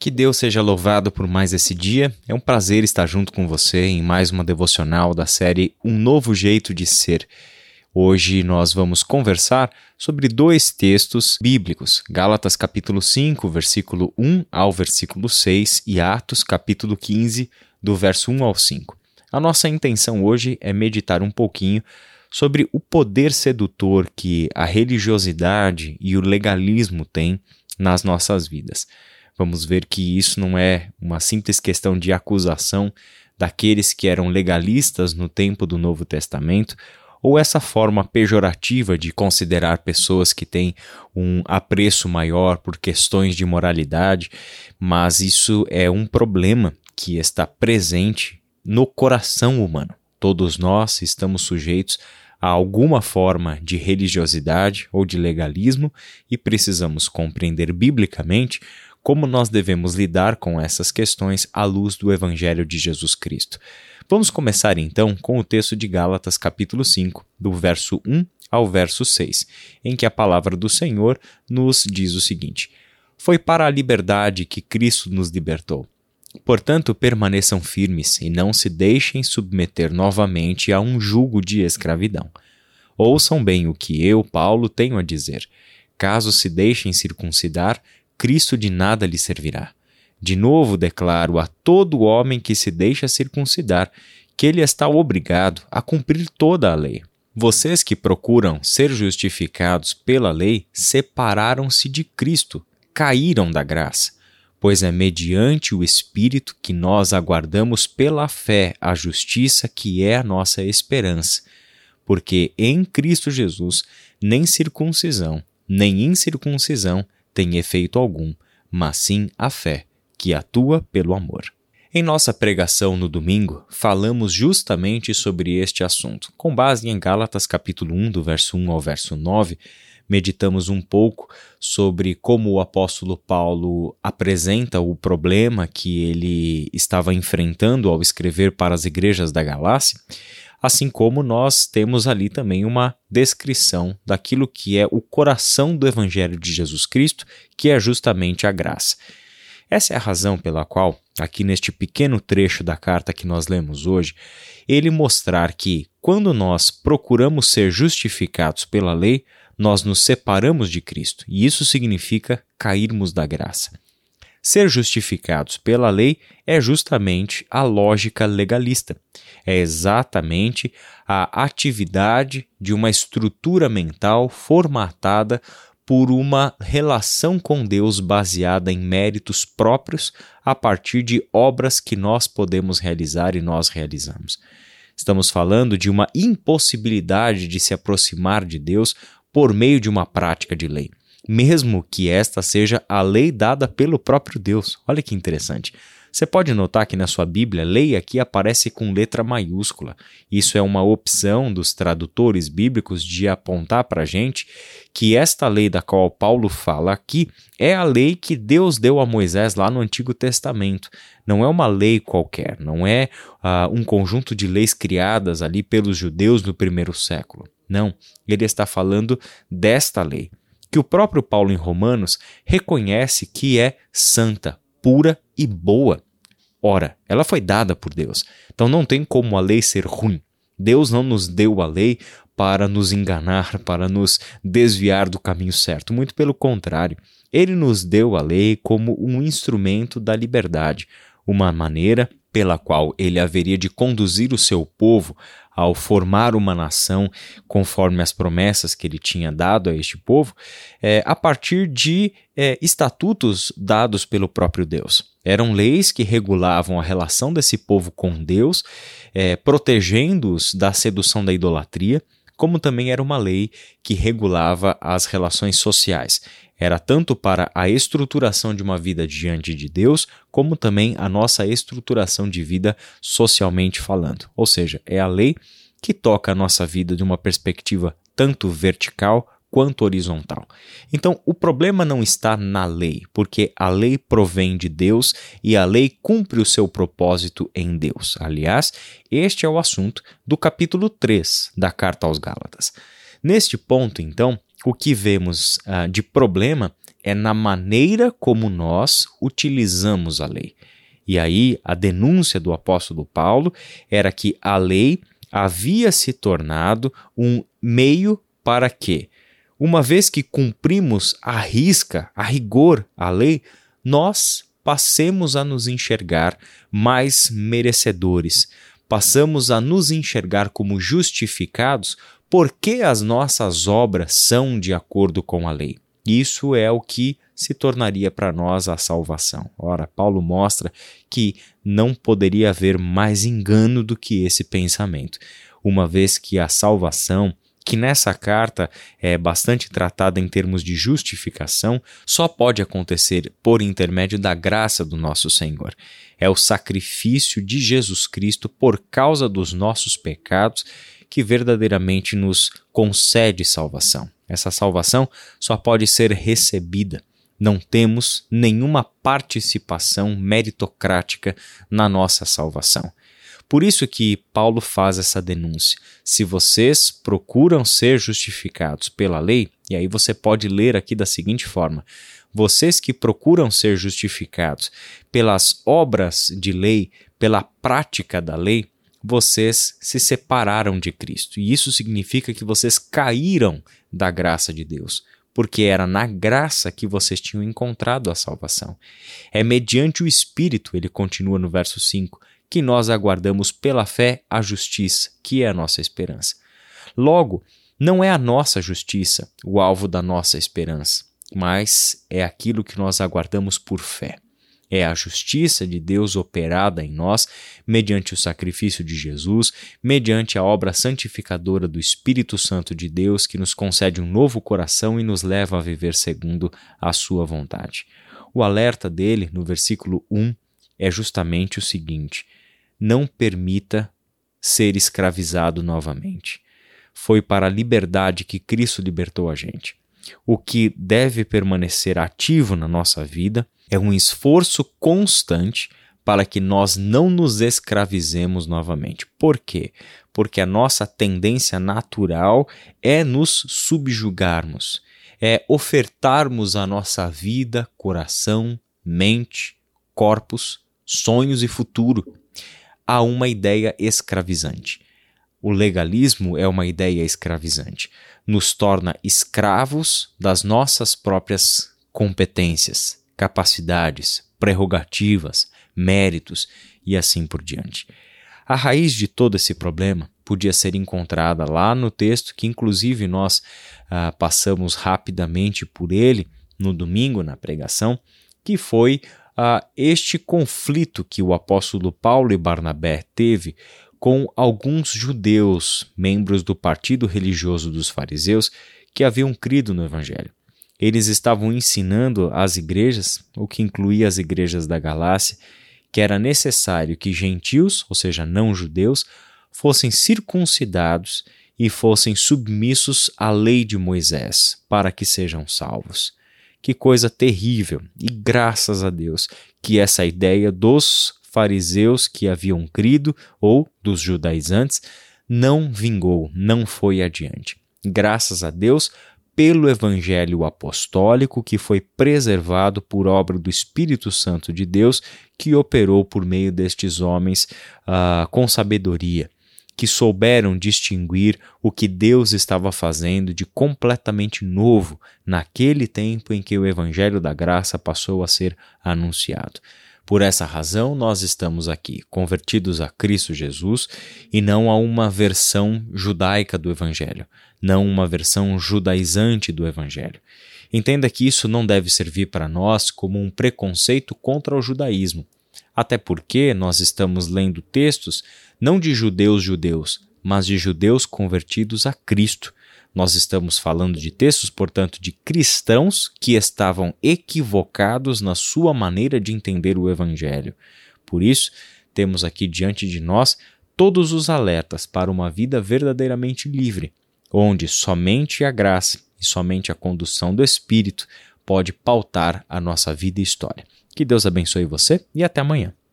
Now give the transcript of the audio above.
Que Deus seja louvado por mais esse dia. É um prazer estar junto com você em mais uma devocional da série Um Novo Jeito de Ser. Hoje nós vamos conversar sobre dois textos bíblicos, Gálatas capítulo 5, versículo 1 ao versículo 6 e Atos capítulo 15, do verso 1 ao 5. A nossa intenção hoje é meditar um pouquinho sobre o poder sedutor que a religiosidade e o legalismo têm nas nossas vidas. Vamos ver que isso não é uma simples questão de acusação daqueles que eram legalistas no tempo do Novo Testamento, ou essa forma pejorativa de considerar pessoas que têm um apreço maior por questões de moralidade, mas isso é um problema que está presente no coração humano. Todos nós estamos sujeitos a alguma forma de religiosidade ou de legalismo e precisamos compreender biblicamente como nós devemos lidar com essas questões à luz do Evangelho de Jesus Cristo. Vamos começar então com o texto de Gálatas capítulo 5, do verso 1 ao verso 6, em que a palavra do Senhor nos diz o seguinte: Foi para a liberdade que Cristo nos libertou. Portanto, permaneçam firmes e não se deixem submeter novamente a um jugo de escravidão. Ouçam bem o que eu, Paulo, tenho a dizer. Caso se deixem circuncidar, Cristo de nada lhe servirá. De novo declaro a todo homem que se deixa circuncidar que ele está obrigado a cumprir toda a lei. Vocês que procuram ser justificados pela lei separaram-se de Cristo, caíram da graça, pois é mediante o Espírito que nós aguardamos pela fé a justiça que é a nossa esperança. Porque em Cristo Jesus nem circuncisão, nem incircuncisão tem efeito algum, mas sim a fé, que atua pelo amor. Em nossa pregação no domingo, falamos justamente sobre este assunto. Com base em Gálatas capítulo 1, do verso 1 ao verso 9, meditamos um pouco sobre como o apóstolo Paulo apresenta o problema que ele estava enfrentando ao escrever para as igrejas da Galácia, assim como nós temos ali também uma descrição daquilo que é o coração do Evangelho de Jesus Cristo, que é justamente a graça. Essa é a razão pela qual, aqui neste pequeno trecho da carta que nós lemos hoje, ele mostrar que, quando nós procuramos ser justificados pela lei, nós nos separamos de Cristo, e isso significa cairmos da graça. Ser justificados pela lei é justamente a lógica legalista. É exatamente a atividade de uma estrutura mental formatada por uma relação com Deus baseada em méritos próprios a partir de obras que nós podemos realizar e nós realizamos. Estamos falando de uma impossibilidade de se aproximar de Deus por meio de uma prática de lei, mesmo que esta seja a lei dada pelo próprio Deus. Olha que interessante. Você pode notar que na sua Bíblia, lei aqui aparece com letra maiúscula. Isso é uma opção dos tradutores bíblicos de apontar para a gente que esta lei da qual Paulo fala aqui é a lei que Deus deu a Moisés lá no Antigo Testamento. Não é uma lei qualquer, não é um conjunto de leis criadas ali pelos judeus no primeiro século. Não, ele está falando desta lei, que o próprio Paulo em Romanos reconhece que é santa, pura e boa. Ora, ela foi dada por Deus, então não tem como a lei ser ruim. Deus não nos deu a lei para nos enganar, para nos desviar do caminho certo. Muito pelo contrário, Ele nos deu a lei como um instrumento da liberdade, uma maneira pela qual Ele haveria de conduzir o seu povo ao formar uma nação conforme as promessas que ele tinha dado a este povo, a partir de estatutos dados pelo próprio Deus. Eram leis que regulavam a relação desse povo com Deus, protegendo-os da sedução da idolatria, como também era uma lei que regulava as relações sociais. Era tanto para a estruturação de uma vida diante de Deus, como também a nossa estruturação de vida socialmente falando. Ou seja, é a lei que toca a nossa vida de uma perspectiva tanto vertical quanto horizontal. Então, o problema não está na lei, porque a lei provém de Deus e a lei cumpre o seu propósito em Deus. Aliás, este é o assunto do capítulo 3 da Carta aos Gálatas. Neste ponto, então, o que vemos de problema é na maneira como nós utilizamos a lei. E aí a denúncia do apóstolo Paulo era que a lei havia se tornado um meio para que, uma vez que cumprimos à risca, a rigor, a lei, nós passemos a nos enxergar mais merecedores, passamos a nos enxergar como justificados porque as nossas obras são de acordo com a lei. Isso é o que se tornaria para nós a salvação. Ora, Paulo mostra que não poderia haver mais engano do que esse pensamento, uma vez que a salvação, que nessa carta é bastante tratada em termos de justificação, só pode acontecer por intermédio da graça do nosso Senhor. É o sacrifício de Jesus Cristo por causa dos nossos pecados que verdadeiramente nos concede salvação. Essa salvação só pode ser recebida. Não temos nenhuma participação meritocrática na nossa salvação. Por isso que Paulo faz essa denúncia. Se vocês procuram ser justificados pela lei, e aí você pode ler aqui da seguinte forma: vocês que procuram ser justificados pelas obras de lei, pela prática da lei, vocês se separaram de Cristo. E isso significa que vocês caíram da graça de Deus, porque era na graça que vocês tinham encontrado a salvação. É mediante o Espírito, ele continua no verso 5, que nós aguardamos pela fé a justiça, que é a nossa esperança. Logo, não é a nossa justiça o alvo da nossa esperança, mas é aquilo que nós aguardamos por fé. É a justiça de Deus operada em nós, mediante o sacrifício de Jesus, mediante a obra santificadora do Espírito Santo de Deus, que nos concede um novo coração e nos leva a viver segundo a sua vontade. O alerta dele, no versículo 1, é justamente o seguinte: não permita ser escravizado novamente. Foi para a liberdade que Cristo libertou a gente. O que deve permanecer ativo na nossa vida é um esforço constante para que nós não nos escravizemos novamente. Por quê? Porque a nossa tendência natural é nos subjugarmos, é ofertarmos a nossa vida, coração, mente, corpos, sonhos e futuro a uma ideia escravizante. O legalismo é uma ideia escravizante. Nos torna escravos das nossas próprias competências, capacidades, prerrogativas, méritos e assim por diante. A raiz de todo esse problema podia ser encontrada lá no texto que inclusive nós passamos rapidamente por ele no domingo na pregação, que foi este conflito que o apóstolo Paulo e Barnabé teve com alguns judeus, membros do partido religioso dos fariseus, que haviam crido no Evangelho. Eles estavam ensinando às igrejas, o que incluía as igrejas da Galácia, que era necessário que gentios, ou seja, não-judeus, fossem circuncidados e fossem submissos à lei de Moisés, para que sejam salvos. Que coisa terrível! E graças a Deus que essa ideia dos fariseus que haviam crido, ou dos judaizantes, não vingou, não foi adiante. Graças a Deus pelo evangelho apostólico que foi preservado por obra do Espírito Santo de Deus, que operou por meio destes homens com sabedoria, que souberam distinguir o que Deus estava fazendo de completamente novo naquele tempo em que o evangelho da graça passou a ser anunciado. Por essa razão, nós estamos aqui, convertidos a Cristo Jesus e não a uma versão judaica do Evangelho, não uma versão judaizante do Evangelho. Entenda que isso não deve servir para nós como um preconceito contra o judaísmo, até porque nós estamos lendo textos não de judeus, mas de judeus convertidos a Cristo. Nós estamos falando de textos, portanto, de cristãos que estavam equivocados na sua maneira de entender o Evangelho. Por isso, temos aqui diante de nós todos os alertas para uma vida verdadeiramente livre, onde somente a graça e somente a condução do Espírito pode pautar a nossa vida e história. Que Deus abençoe você e até amanhã.